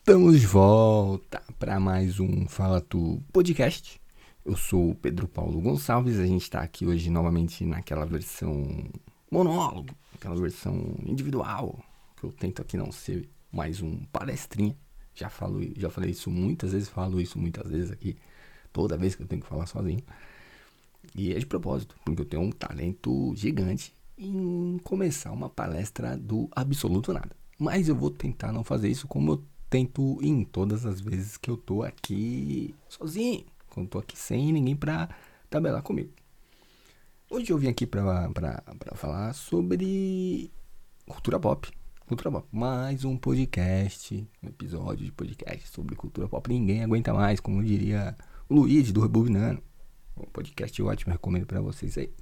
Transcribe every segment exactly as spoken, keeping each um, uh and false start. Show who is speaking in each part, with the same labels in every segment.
Speaker 1: Estamos de volta para mais um Fala Tu Podcast. Eu sou o Pedro Paulo Gonçalves. A gente está aqui hoje novamente naquela versão monólogo, aquela versão individual, que eu tento aqui não ser mais um palestrinha. Já falo, já falei isso muitas vezes, falo isso muitas vezes aqui, toda vez que eu tenho que falar sozinho. E é de propósito, porque eu tenho um talento gigante em começar uma palestra do absoluto nada. Mas eu vou tentar não fazer isso como eu tento em todas as vezes que eu tô aqui sozinho, quando eu tô aqui sem ninguém pra tabelar comigo. Hoje eu vim aqui pra, pra, pra falar sobre cultura pop. Cultura pop. Mais um podcast, um episódio de podcast sobre cultura pop. Ninguém aguenta mais, como diria o Luigi do Rebobinando. Um podcast ótimo, recomendo pra vocês aí.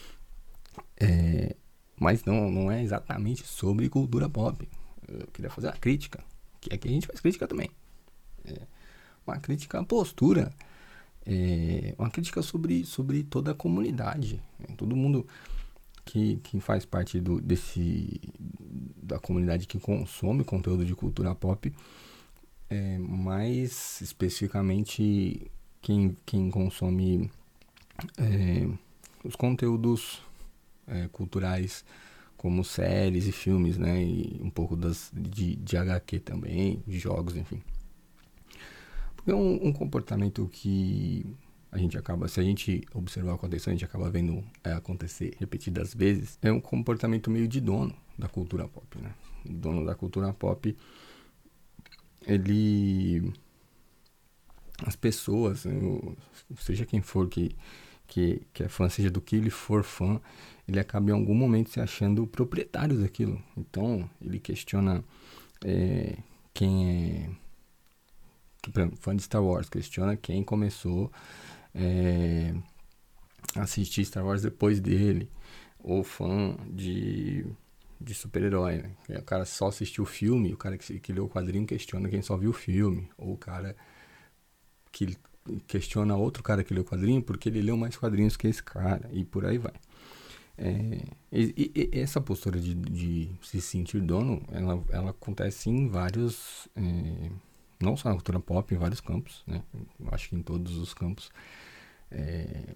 Speaker 1: É, mas não, não é exatamente sobre cultura pop. Eu queria fazer uma crítica, que aqui a gente faz crítica também. É, uma crítica à postura, é, uma crítica sobre, sobre toda a comunidade. É, todo mundo que, que faz parte do, desse, da comunidade que consome conteúdo de cultura pop, é, mais especificamente quem, quem consome é, os conteúdos é, culturais, como séries e filmes, né, e um pouco das, de, de H Q também, de jogos, enfim. Porque é um, um comportamento que a gente acaba, se a gente observar com atenção, a gente acaba vendo é, acontecer repetidas vezes, é um comportamento meio de dono da cultura pop, né. O dono da cultura pop, ele... as pessoas, seja quem for que, que, que é fã, seja do que ele for fã, ele acaba em algum momento se achando proprietário daquilo. Então, ele questiona é, quem é... Que, por exemplo, fã de Star Wars, questiona quem começou é, a assistir Star Wars depois dele. Ou fã de, de super-herói, né? O cara só assistiu o filme, o cara que, que leu o quadrinho questiona quem só viu o filme. Ou o cara que questiona outro cara que leu o quadrinho porque ele leu mais quadrinhos que esse cara. E por aí vai. É, e, e, essa postura de, de se sentir dono, ela, ela acontece em vários, é, não só na cultura pop, em vários campos, né? Eu acho que em todos os campos é,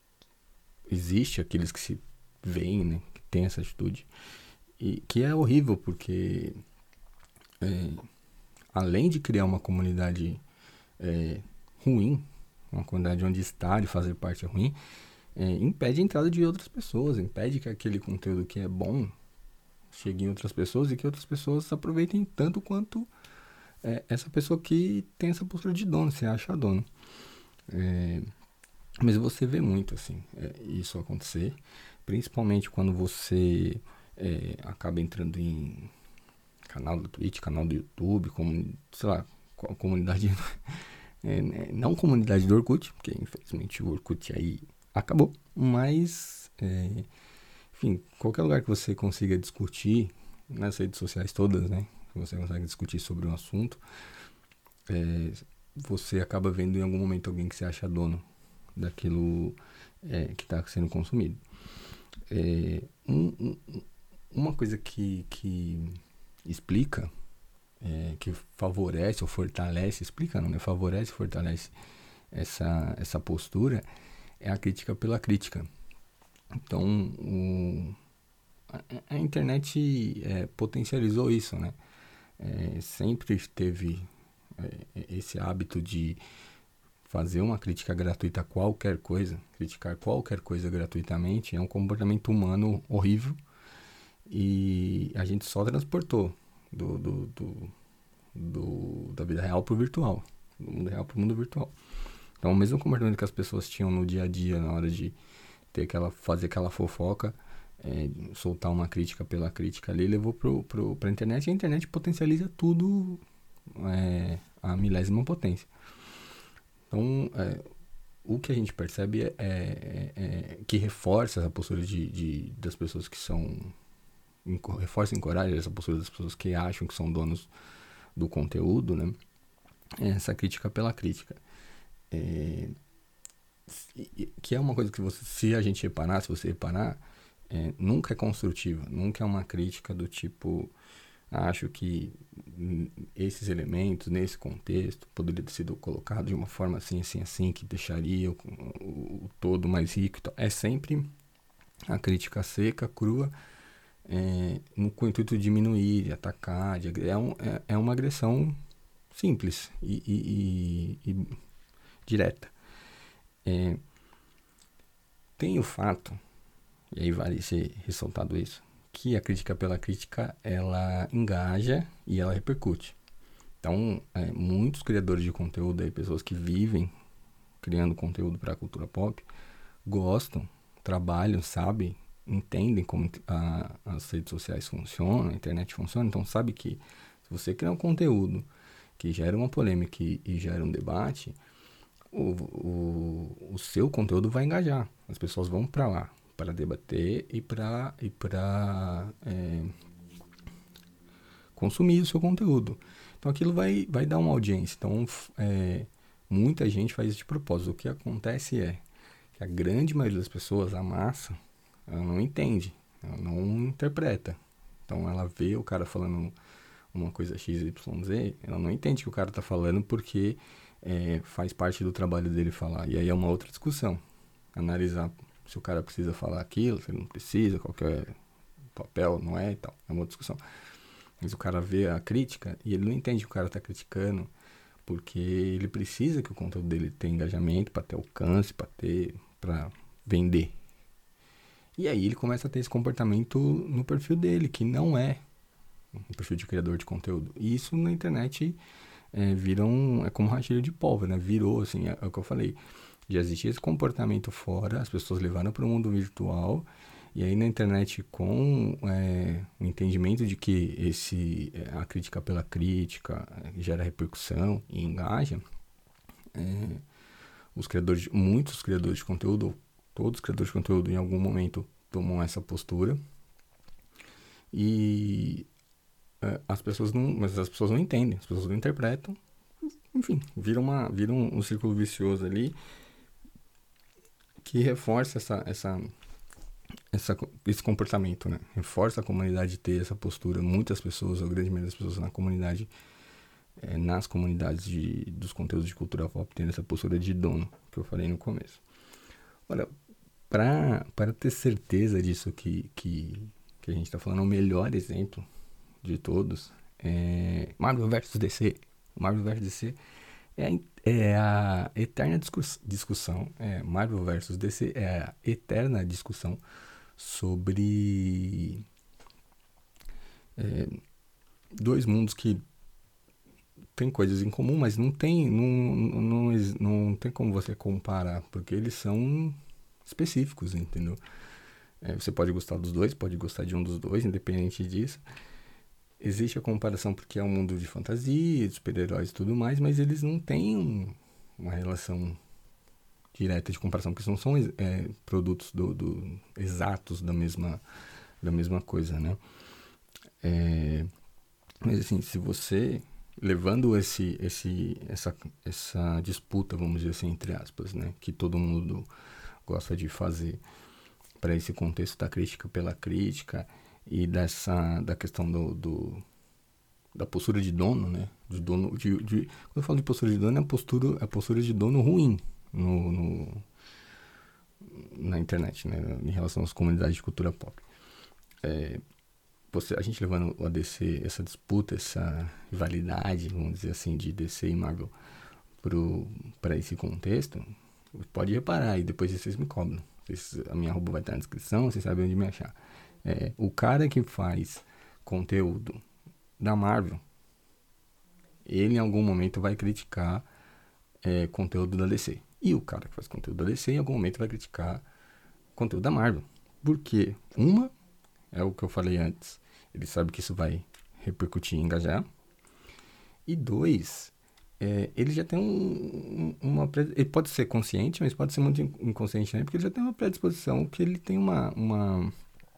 Speaker 1: existe aqueles que se veem, né? Que tem essa atitude, e que é horrível porque é, além de criar uma comunidade é, ruim, uma comunidade onde estar e fazer parte é ruim, É, impede a entrada de outras pessoas, impede que aquele conteúdo que é bom chegue em outras pessoas e que outras pessoas aproveitem tanto quanto é, essa pessoa que tem essa postura de dono, se acha dono. É, mas você vê muito assim, é, isso acontecer, principalmente quando você é, acaba entrando em canal do Twitch, canal do YouTube, como, sei lá, qual comunidade, é, não comunidade do Orkut, porque infelizmente o Orkut aí acabou, mas, é, enfim, qualquer lugar que você consiga discutir, nas redes sociais todas, né, que você consegue discutir sobre um assunto, é, você acaba vendo em algum momento alguém que se acha dono daquilo é, que está sendo consumido. É, um, um, uma coisa que, que explica, é, que favorece ou fortalece, explica não, né, favorece e fortalece essa, essa postura, é a crítica pela crítica. Então, o, a, a internet é, potencializou isso, né? É, sempre teve é, esse hábito de fazer uma crítica gratuita a qualquer coisa, criticar qualquer coisa gratuitamente, é um comportamento humano horrível e a gente só transportou do, do, do, do da vida real para o virtual, do mundo real para o mundo virtual. Então, o mesmo comportamento que as pessoas tinham no dia a dia, na hora de ter aquela, fazer aquela fofoca, é, soltar uma crítica pela crítica ali, levou para a internet, e a internet potencializa tudo é, a milésima potência. Então, é, o que a gente percebe é, é, é que reforça essa postura de, de, das pessoas que são... reforça e encoraja essa postura das pessoas que acham que são donos do conteúdo, né? Essa crítica pela crítica. É, que é uma coisa que você, se a gente reparar, se você reparar, é, nunca é construtiva, nunca é uma crítica do tipo, Acho que hum, esses elementos, nesse contexto, poderia ter sido colocado de uma forma assim, assim, assim, que deixaria o, o, o todo mais rico e tal. É sempre a crítica seca, crua, é, no, com o intuito de diminuir, de atacar, de, é, um, é, é uma agressão simples e, e, e, e direta. É, tem o fato, e aí vale ser ressaltado isso, que a crítica pela crítica, ela engaja e ela repercute. Então, é, muitos criadores de conteúdo, aí, pessoas que vivem criando conteúdo para a cultura pop, gostam, trabalham, sabem, entendem como a, as redes sociais funcionam, a internet funciona, então sabe que se você criar um conteúdo que gera uma polêmica e, e gera um debate, o, o, o seu conteúdo vai engajar. As pessoas vão para lá para debater e para e para é, consumir o seu conteúdo. Então aquilo vai, vai dar uma audiência. Então é, muita gente faz isso de propósito. O que acontece é que a grande maioria das pessoas, a massa, ela não entende, ela não interpreta. Então ela vê o cara falando uma coisa X Y Z, ela não entende o que o cara está falando porque é, faz parte do trabalho dele falar. E aí é uma outra discussão. Analisar se o cara precisa falar aquilo, se ele não precisa, qual que é o papel, não é e tal. É uma outra discussão. Mas o cara vê a crítica e ele não entende que o cara está criticando porque ele precisa que o conteúdo dele tenha engajamento para ter alcance, para ter, para vender. E aí ele começa a ter esse comportamento no perfil dele, que não é um perfil de criador de conteúdo. E isso na internet é, vira um, é como um rastilho de pólvora, né? Virou, assim, é, é o que eu falei. Já existia esse comportamento fora, as pessoas levaram para o mundo virtual, e aí na internet, com é, o entendimento de que esse, a crítica pela crítica gera repercussão e engaja, é, os criadores, muitos criadores de conteúdo, todos os criadores de conteúdo em algum momento tomam essa postura, e é, as pessoas não, mas as pessoas não entendem, as pessoas não interpretam, enfim, vira, uma, vira um, um círculo vicioso ali, que reforça essa, essa, essa, esse comportamento, né? Reforça a comunidade ter essa postura. Muitas pessoas, a grande maioria das pessoas na comunidade, é, nas comunidades de, dos conteúdos de cultura pop, tendo essa postura de dono, que eu falei no começo. Olha, para ter certeza disso que, que, que a gente está falando, o melhor exemplo de todos é Marvel versus D C. Marvel versus D C É a, é a eterna discuss, discussão, é, Marvel versus D C é a eterna discussão sobre é, dois mundos que têm coisas em comum, mas não tem, não, não, não, não tem como você comparar, porque eles são específicos, entendeu? É, você pode gostar dos dois, pode gostar de um dos dois, independente disso. Existe a comparação porque é um mundo de fantasia, de super-heróis e tudo mais, mas eles não têm um, uma relação direta de comparação, porque não são é, produtos do, do, exatos da mesma, da mesma coisa, né? É, mas assim, se você, levando esse, esse, essa, essa disputa, vamos dizer assim, entre aspas, né? Que todo mundo gosta de fazer para esse contexto da crítica pela crítica, e dessa da questão do, do da postura de dono, né? De dono, de, de, quando eu falo de postura de dono, é a postura, a postura de dono ruim no, no, na internet, né? Em relação às comunidades de cultura pop. É, você, a gente levando o A D C, essa disputa, essa rivalidade, vamos dizer assim, de D C e Marvel para esse contexto, pode reparar e depois vocês me cobram. Vocês, a minha arroba vai estar na descrição, vocês sabem onde me achar. É, o cara que faz conteúdo da Marvel, ele em algum momento vai criticar é, conteúdo da D C. E o cara que faz conteúdo da D C em algum momento vai criticar conteúdo da Marvel. Porque uma, é o que eu falei antes, ele sabe que isso vai repercutir e engajar. E dois, é, ele já tem um, uma... Ele pode ser consciente, mas pode ser muito inconsciente, né? Porque ele já tem uma predisposição, que ele tem uma... uma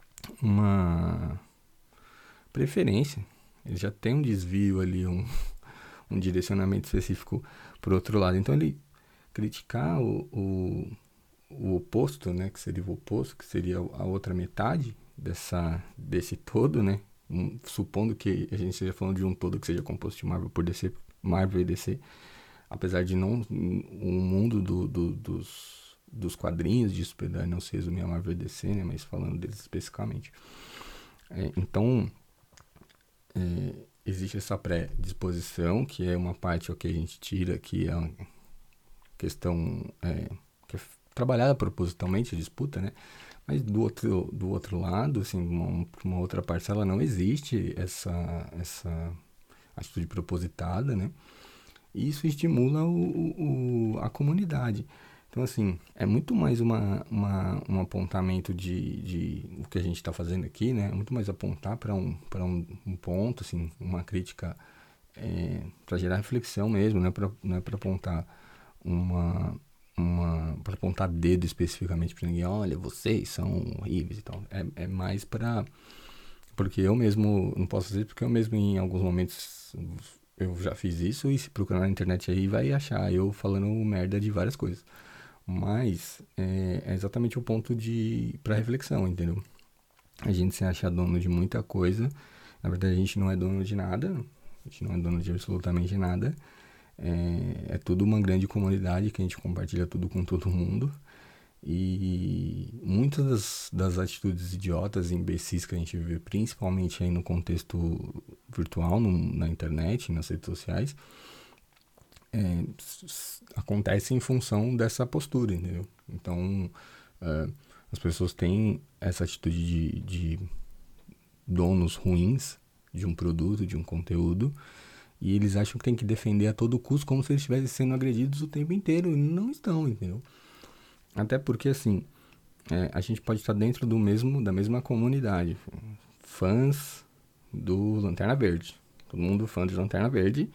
Speaker 1: uma preferência, ele já tem um desvio ali, um, um direcionamento específico para o outro lado. Então ele criticar o, o, o oposto, né, que seria o oposto, que seria a outra metade dessa, desse todo, né, um, supondo que a gente esteja falando de um todo que seja composto de Marvel por D C, Marvel e D C, apesar de não o mundo do, do, dos, dos quadrinhos de super-herói não se resumir a Marvel e D C, né, mas falando deles especificamente. É, então, é, existe essa predisposição, que é uma parte que a gente tira, que é uma questão é, que é trabalhada propositalmente, a disputa, né? Mas do outro, do outro lado, assim, uma, uma outra parcela, não existe essa, essa atitude propositada, né? E isso estimula o, o, a comunidade. Então, assim, é muito mais uma, uma, um apontamento de, de o que a gente está fazendo aqui, né? É muito mais apontar para um, para um, um ponto, assim, uma crítica é, para gerar reflexão mesmo, né? Pra, não é para apontar uma, uma para apontar dedo especificamente para ninguém. Olha, vocês são horríveis e tal. É, é mais para... Porque eu mesmo, não posso dizer, porque eu mesmo em alguns momentos... Eu já fiz isso e se procurar na internet aí vai achar eu falando merda de várias coisas. Mas é, é exatamente o ponto de para reflexão, entendeu? A gente se acha dono de muita coisa. Na verdade, a gente não é dono de nada. A gente não é dono de absolutamente nada. É, é tudo uma grande comunidade que a gente compartilha tudo com todo mundo. E muitas das, das atitudes idiotas e imbecis que a gente vê, principalmente aí no contexto virtual, no, na internet, nas redes sociais, é, acontece em função dessa postura, entendeu? Então, é, as pessoas têm essa atitude de, de donos ruins de um produto, de um conteúdo, e eles acham que tem que defender a todo custo como se eles estivessem sendo agredidos o tempo inteiro, e não estão, entendeu? Até porque, assim, é, a gente pode estar dentro do mesmo, da mesma comunidade. Fãs do Lanterna Verde. Todo mundo fã de Lanterna Verde.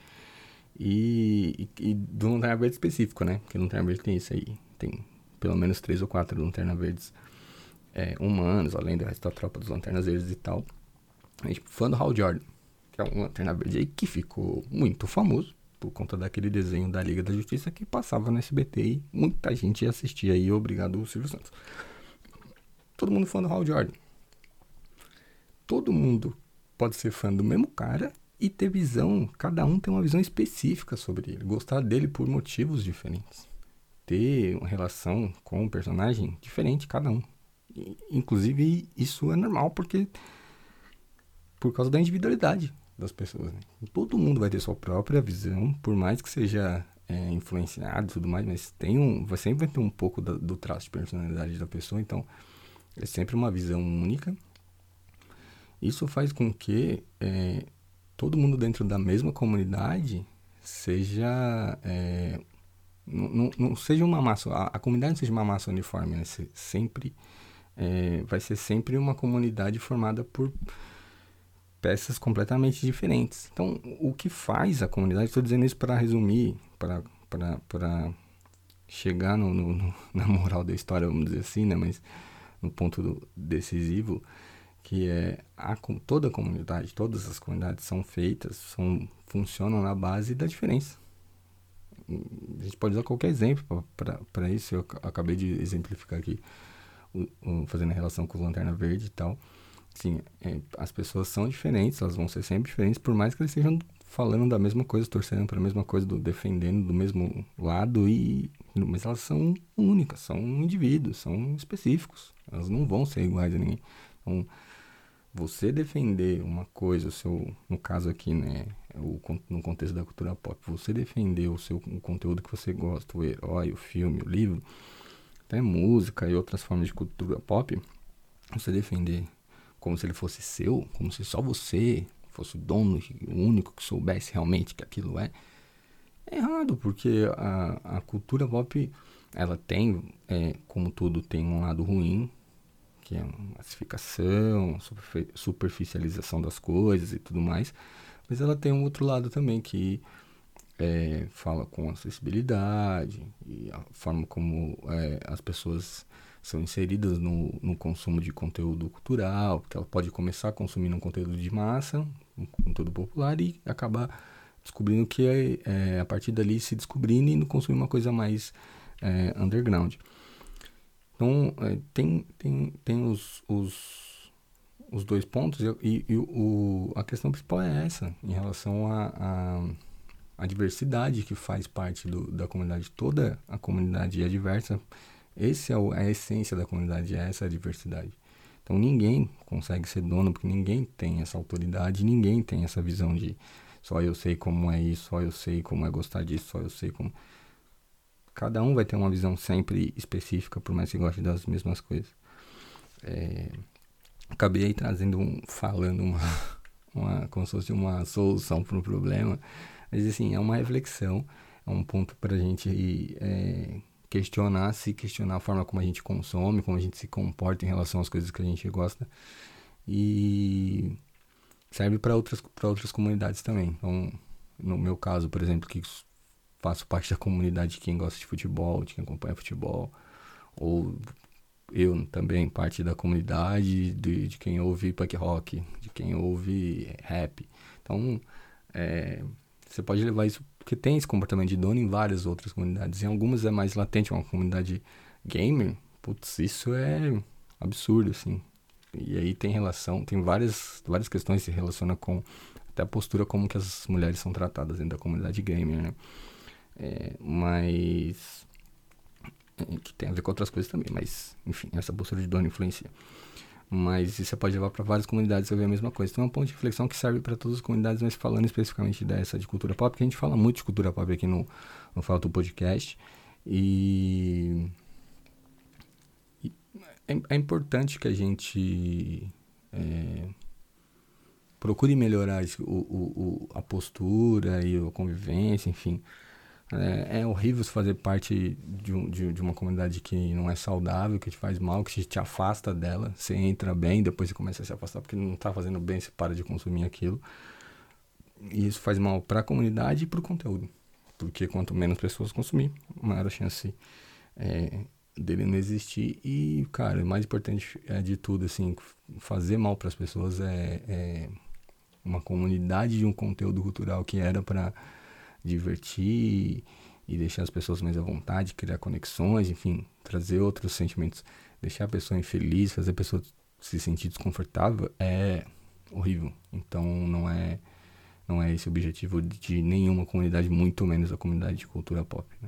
Speaker 1: E, e, e do Lanterna Verde específico, né? Porque Lanterna Verde tem isso aí. Tem pelo menos três ou quatro Lanterna Verdes é, humanos, além do resto da tropa dos Lanternas Verdes e tal. A gente fã do Hal Jordan, que é um Lanterna Verde aí que ficou muito famoso por conta daquele desenho da Liga da Justiça que passava no S B T e muita gente assistia aí, obrigado Silvio Santos. Todo mundo fã do Hal Jordan. Todo mundo pode ser fã do mesmo cara e ter visão, cada um tem uma visão específica sobre ele, gostar dele por motivos diferentes, ter uma relação com o personagem diferente, cada um. E, inclusive, isso é normal porque por causa da individualidade das pessoas, né? Todo mundo vai ter sua própria visão, por mais que seja é, influenciado e tudo mais, mas tem um, vai sempre ter um pouco do, do traço de personalidade da pessoa, então é sempre uma visão única. Isso faz com que é, todo mundo dentro da mesma comunidade seja é, não, não, não seja uma massa, a, a comunidade não seja uma massa uniforme, né? Se, sempre é, vai ser sempre uma comunidade formada por peças completamente diferentes. Então, o que faz a comunidade, estou dizendo isso para resumir, para chegar no, no, no, na moral da história, vamos dizer assim, né? Mas no ponto decisivo, que é a, toda a comunidade, todas as comunidades são feitas, são, funcionam na base da diferença. A gente pode usar qualquer exemplo para isso, eu acabei de exemplificar aqui, o, o, fazendo a relação com o Lanterna Verde e tal. Sim, é, as pessoas são diferentes, elas vão ser sempre diferentes, por mais que eles estejam falando da mesma coisa, torcendo para a mesma coisa, do, defendendo do mesmo lado, e, mas elas são únicas, são indivíduos, são específicos, elas não vão ser iguais a ninguém. Então, você defender uma coisa, o seu, no caso aqui, né, o, no contexto da cultura pop, você defender o seu o conteúdo que você gosta, o herói, o filme, o livro, até música e outras formas de cultura pop, você defender como se ele fosse seu, como se só você fosse o dono, o único que soubesse realmente que aquilo é, é errado, porque a, a cultura pop, ela tem, é, como tudo, tem um lado ruim, que é uma massificação, superficialização das coisas e tudo mais, mas ela tem um outro lado também, que é, fala com acessibilidade, e a forma como é, as pessoas são inseridas no, no consumo de conteúdo cultural, porque ela pode começar consumindo um conteúdo de massa, um conteúdo popular, e acabar descobrindo que é, é a partir dali se descobrindo e consumir uma coisa mais é, underground. Então, é, tem, tem, tem os, os, os dois pontos, e, e o, a questão principal é essa, em relação a, a, a diversidade que faz parte do, da comunidade. Toda a comunidade é diversa. Essa é o, a essência da comunidade, é essa a diversidade. Então ninguém consegue ser dono, porque ninguém tem essa autoridade, ninguém tem essa visão de só eu sei como é isso, só eu sei como é gostar disso, só eu sei como... Cada um vai ter uma visão sempre específica, por mais que goste das mesmas coisas. É... Acabei aí trazendo, um, falando uma, uma, como se fosse uma solução para um problema, mas assim, é uma reflexão, é um ponto para a gente é, questionar, se questionar a forma como a gente consome, como a gente se comporta em relação às coisas que a gente gosta, e serve para outras, para outras comunidades também. Então, no meu caso, por exemplo, que faço parte da comunidade de quem gosta de futebol, de quem acompanha futebol, ou eu também, parte da comunidade de, de quem ouve punk rock, de quem ouve rap. Então, é, você pode levar isso, porque tem esse comportamento de dono em várias outras comunidades. Em algumas é mais latente, uma comunidade gamer, putz, isso é absurdo, assim. E aí tem relação, tem várias, várias questões que se relacionam com até a postura como que as mulheres são tratadas dentro da comunidade gamer, né? É, mas... que tem a ver com outras coisas também, mas enfim, essa postura de dono influencia. Mas isso você pode levar para várias comunidades e ver a mesma coisa. Então é um ponto de reflexão que serve para todas as comunidades, mas falando especificamente dessa de cultura pop, porque a gente fala muito de cultura pop aqui no, no Fala Tu Podcast, e, e é, é importante que a gente é, procure melhorar o, o, o, a postura e a convivência, enfim. É, é horrível fazer parte de, um, de, de uma comunidade que não é saudável, que te faz mal, que te afasta dela. Você entra bem, depois você começa a se afastar porque não está fazendo bem, você para de consumir aquilo. E isso faz mal para a comunidade e para o conteúdo. Porque quanto menos pessoas consumir, maior a chance é, dele não existir. E, cara, o mais importante é de tudo, assim, fazer mal para as pessoas é, é uma comunidade de um conteúdo cultural que era para divertir e deixar as pessoas mais à vontade, criar conexões, enfim, trazer outros sentimentos, deixar a pessoa infeliz, fazer a pessoa se sentir desconfortável é horrível. Então não é não é esse o objetivo de nenhuma comunidade, muito menos a comunidade de cultura pop, né?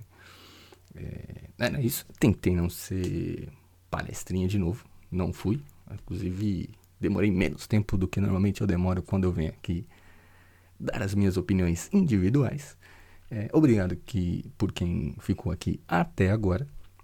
Speaker 1: É, é isso. Tentei não ser palestrinha de novo, não fui, inclusive demorei menos tempo do que normalmente eu demoro quando eu venho aqui dar as minhas opiniões individuais. É, obrigado que, por quem ficou aqui até agora.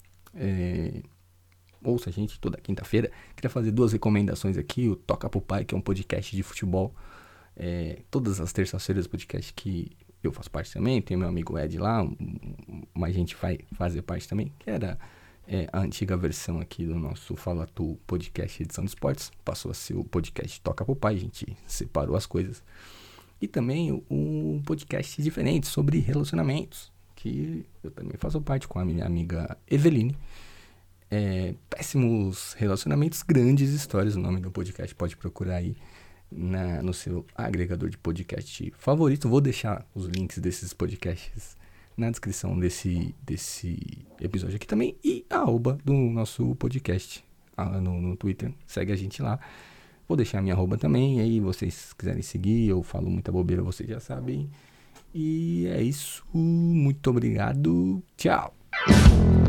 Speaker 1: É, ouça a gente toda quinta-feira. Queria fazer duas recomendações aqui. O Toca Pro Pai, que é um podcast de futebol. É, todas as terças-feiras, podcast que eu faço parte também. Tem meu amigo Ed lá, mais gente vai fazer parte também. Que era é, a antiga versão aqui do nosso Fala Tu Podcast Edição de Esportes. Passou a ser o podcast Toca Pro Pai. A gente separou as coisas. E também um podcast diferente sobre relacionamentos, que eu também faço parte com a minha amiga Eveline. É, Péssimos Relacionamentos, Grandes Histórias, o nome do podcast, pode procurar aí na, no seu agregador de podcast favorito. Vou deixar os links desses podcasts na descrição desse, desse episódio aqui também, e a arroba do nosso podcast no, no Twitter, segue a gente lá. Vou deixar a minha arroba também, aí vocês quiserem seguir, eu falo muita bobeira, vocês já sabem. E é isso, muito obrigado, tchau!